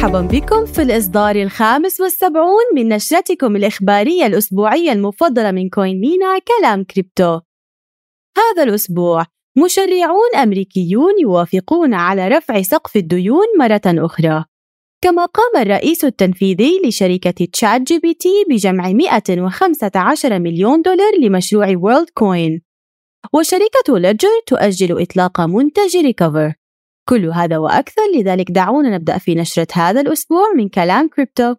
مرحباً بكم في الإصدار 75 من نشرتكم الإخبارية الأسبوعية المفضلة من كوينمينا كلام كريبتو. هذا الأسبوع مشرعون أمريكيون يوافقون على رفع سقف الديون مرة أخرى، كما قام الرئيس التنفيذي لشركة تشات جي بي تي بجمع 115 مليون دولار لمشروع وورلد كوين، وشركة ليدجر تؤجل إطلاق منتج ريكفر. كل هذا وأكثر، لذلك دعونا نبدأ في نشرة هذا الأسبوع من كلام كريبتو.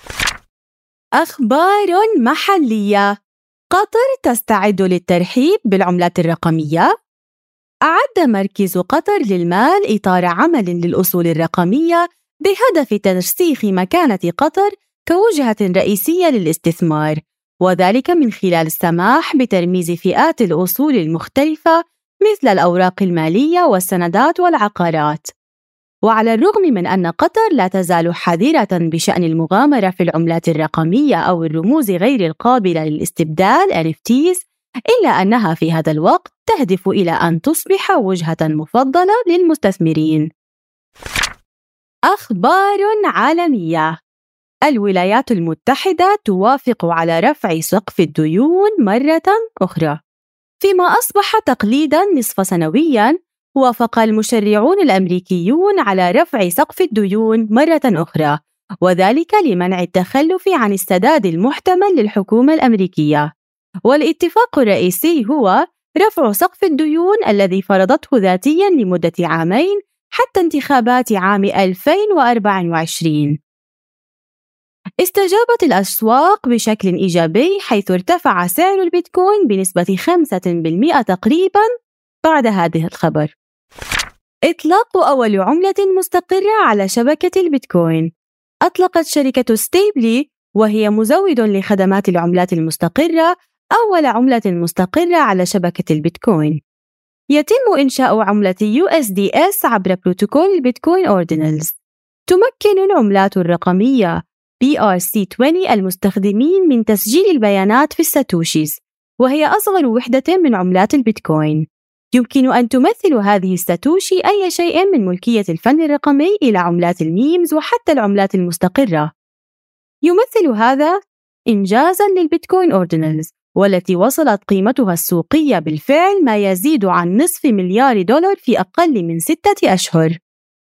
أخبار محلية. قطر تستعد للترحيب بالعملات الرقمية. أعد مركز قطر للمال إطار عمل للأصول الرقمية بهدف ترسيخ مكانة قطر كوجهة رئيسية للاستثمار، وذلك من خلال السماح بترميز فئات الأصول المختلفة مثل الأوراق المالية والسندات والعقارات. وعلى الرغم من أن قطر لا تزال حذرة بشأن المغامرة في العملات الرقمية أو الرموز غير القابلة للاستبدال NFTs، إلا أنها في هذا الوقت تهدف إلى أن تصبح وجهة مفضلة للمستثمرين. أخبار عالمية. الولايات المتحدة توافق على رفع سقف الديون مرة أخرى. فيما أصبح تقليداً نصف سنوياً، وافق المشرعون الأمريكيون على رفع سقف الديون مرة أخرى، وذلك لمنع التخلف عن السداد المحتمل للحكومة الأمريكية. والاتفاق الرئيسي هو رفع سقف الديون الذي فرضته ذاتياً لمدة عامين حتى انتخابات عام 2024. استجابت الأسواق بشكل إيجابي، حيث ارتفع سعر البيتكوين بنسبة 5% تقريباً بعد هذه الخبر. إطلاق أول عملة مستقرة على شبكة البيتكوين. أطلقت شركة ستيبلي، وهي مزود لخدمات العملات المستقرة، أول عملة مستقرة على شبكة البيتكوين. يتم إنشاء عملة USDS عبر بروتوكول البيتكوين أوردينالز. تمكن العملات الرقمية BRC20 المستخدمين من تسجيل البيانات في الساتوشيز، وهي أصغر وحدة من عملات البيتكوين. يمكن أن تمثل هذه الساتوشي أي شيء من ملكية الفن الرقمي إلى عملات الميمز وحتى العملات المستقرة. يمثل هذا إنجازاً للبيتكوين أوردينالز، والتي وصلت قيمتها السوقية بالفعل ما يزيد عن $500 مليار في أقل من 6 أشهر.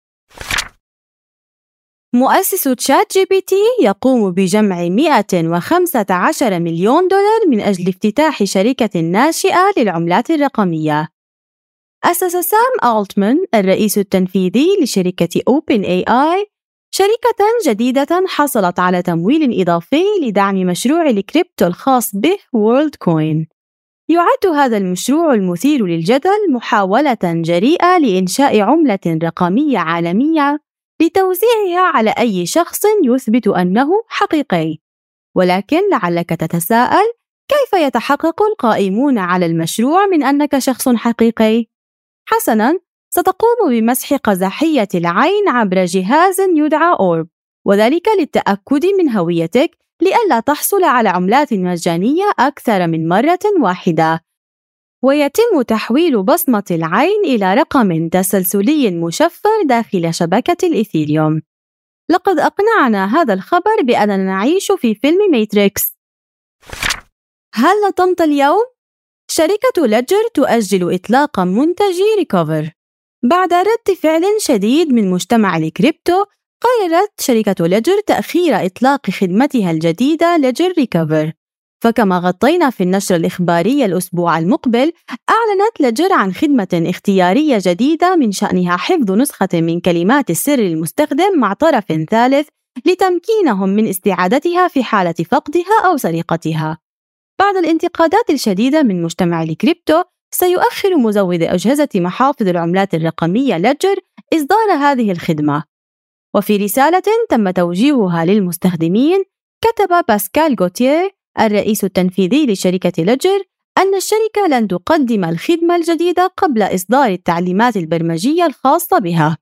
مؤسس تشات جي بي تي يقوم بجمع 115 مليون دولار من أجل افتتاح شركة ناشئة للعملات الرقمية. أسس سام ألتمان الرئيس التنفيذي لشركة OpenAI شركة جديدة حصلت على تمويل إضافي لدعم مشروع الكريبتو الخاص به وورلد كوين. يعد هذا المشروع المثير للجدل محاولة جريئة لإنشاء عملة رقمية عالمية لتوزيعها على أي شخص يثبت أنه حقيقي. ولكن لعلك تتساءل، كيف يتحقق القائمون على المشروع من أنك شخص حقيقي؟ حسناً، ستقوم بمسح قزحية العين عبر جهاز يدعى أورب، وذلك للتأكد من هويتك لئلا تحصل على عملات مجانية أكثر من مرة واحدة. ويتم تحويل بصمة العين إلى رقم تسلسلي مشفر داخل شبكة الإيثيريوم. لقد أقنعنا هذا الخبر بأننا نعيش في فيلم ماتريكس. هل لطمت اليوم؟ شركة ليدجر تؤجل إطلاق منتج ريكفر. بعد رد فعل شديد من مجتمع الكريبتو، قررت شركة ليدجر تأخير إطلاق خدمتها الجديدة ليدجر ريكفر. فكما غطينا في النشرة الإخبارية الأسبوع المقبل، أعلنت ليدجر عن خدمة اختيارية جديدة من شأنها حفظ نسخة من كلمات السر المستخدم مع طرف ثالث لتمكينهم من استعادتها في حالة فقدها أو سرقتها. بعد الانتقادات الشديدة من مجتمع الكريبتو، سيؤخر مزود أجهزة محافظ العملات الرقمية ليدجر إصدار هذه الخدمة. وفي رسالة تم توجيهها للمستخدمين، كتب باسكال غوتيه الرئيس التنفيذي لشركة ليدجر أن الشركة لن تقدم الخدمة الجديدة قبل إصدار التعليمات البرمجية الخاصة بها.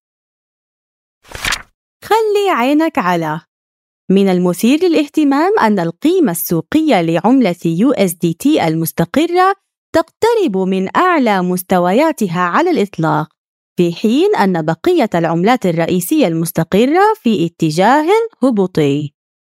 خلي عينك على. من المثير للاهتمام أن القيمة السوقية لعملة USDT المستقرة تقترب من أعلى مستوياتها على الإطلاق، في حين أن بقية العملات الرئيسية المستقرة في اتجاه هبوطي.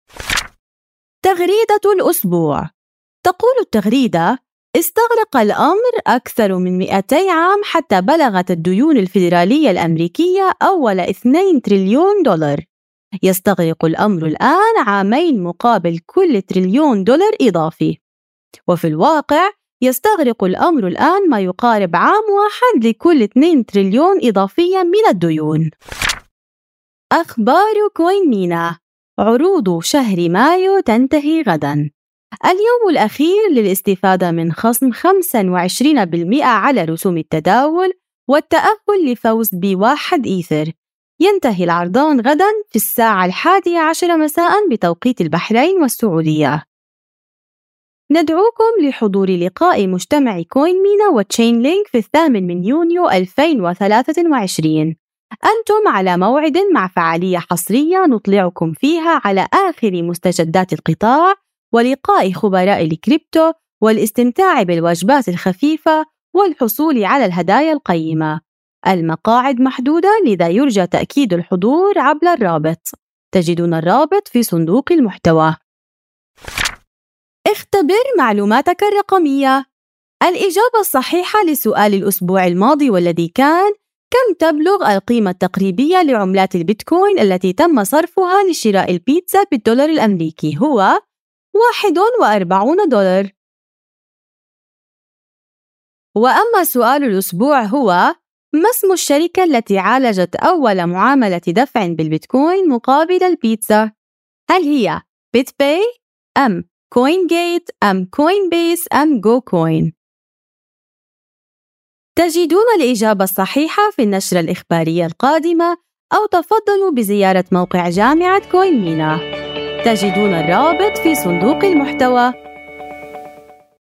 تغريدة الأسبوع. تقول التغريدة: استغرق الأمر أكثر من 200 عام حتى بلغت الديون الفيدرالية الأمريكية أول 2 تريليون دولار. يستغرق الأمر الآن 2 عام مقابل كل تريليون دولار إضافي. وفي الواقع يستغرق الأمر الآن ما يقارب 1 عام لكل 2 تريليون إضافية من الديون. أخبار كوين مينا. عروض شهر مايو تنتهي غداً. اليوم الأخير للاستفادة من خصم 25% على رسوم التداول والتأهل لفوز ب1 إيثر. ينتهي العرضان غداً في الساعة 11 مساءً بتوقيت البحرين والسعودية. ندعوكم لحضور لقاء مجتمع كوين مينا وتشين لينك في 8 يونيو 2023. أنتم على موعد مع فعالية حصرية نطلعكم فيها على آخر مستجدات القطاع ولقاء خبراء الكريبتو والاستمتاع بالوجبات الخفيفة والحصول على الهدايا القيمة. المقاعد محدودة، لذا يرجى تأكيد الحضور عبر الرابط. تجدون الرابط في صندوق المحتوى. اختبر معلوماتك الرقمية. الإجابة الصحيحة لسؤال الأسبوع الماضي والذي كان: كم تبلغ القيمة التقريبية لعملات البيتكوين التي تم صرفها لشراء البيتزا بالدولار الأمريكي؟ هو 41 دولار. وأما سؤال الأسبوع هو: ما اسم الشركة التي عالجت أول معاملة دفع بالبيتكوين مقابل البيتزا؟ هل هي بيتباي أم كوينجيت أم كوينبيس أم جو كوين؟ تجدون الإجابة الصحيحة في النشرة الإخبارية القادمة، أو تفضلوا بزيارة موقع جامعة كوين مينا. تجدون الرابط في صندوق المحتوى.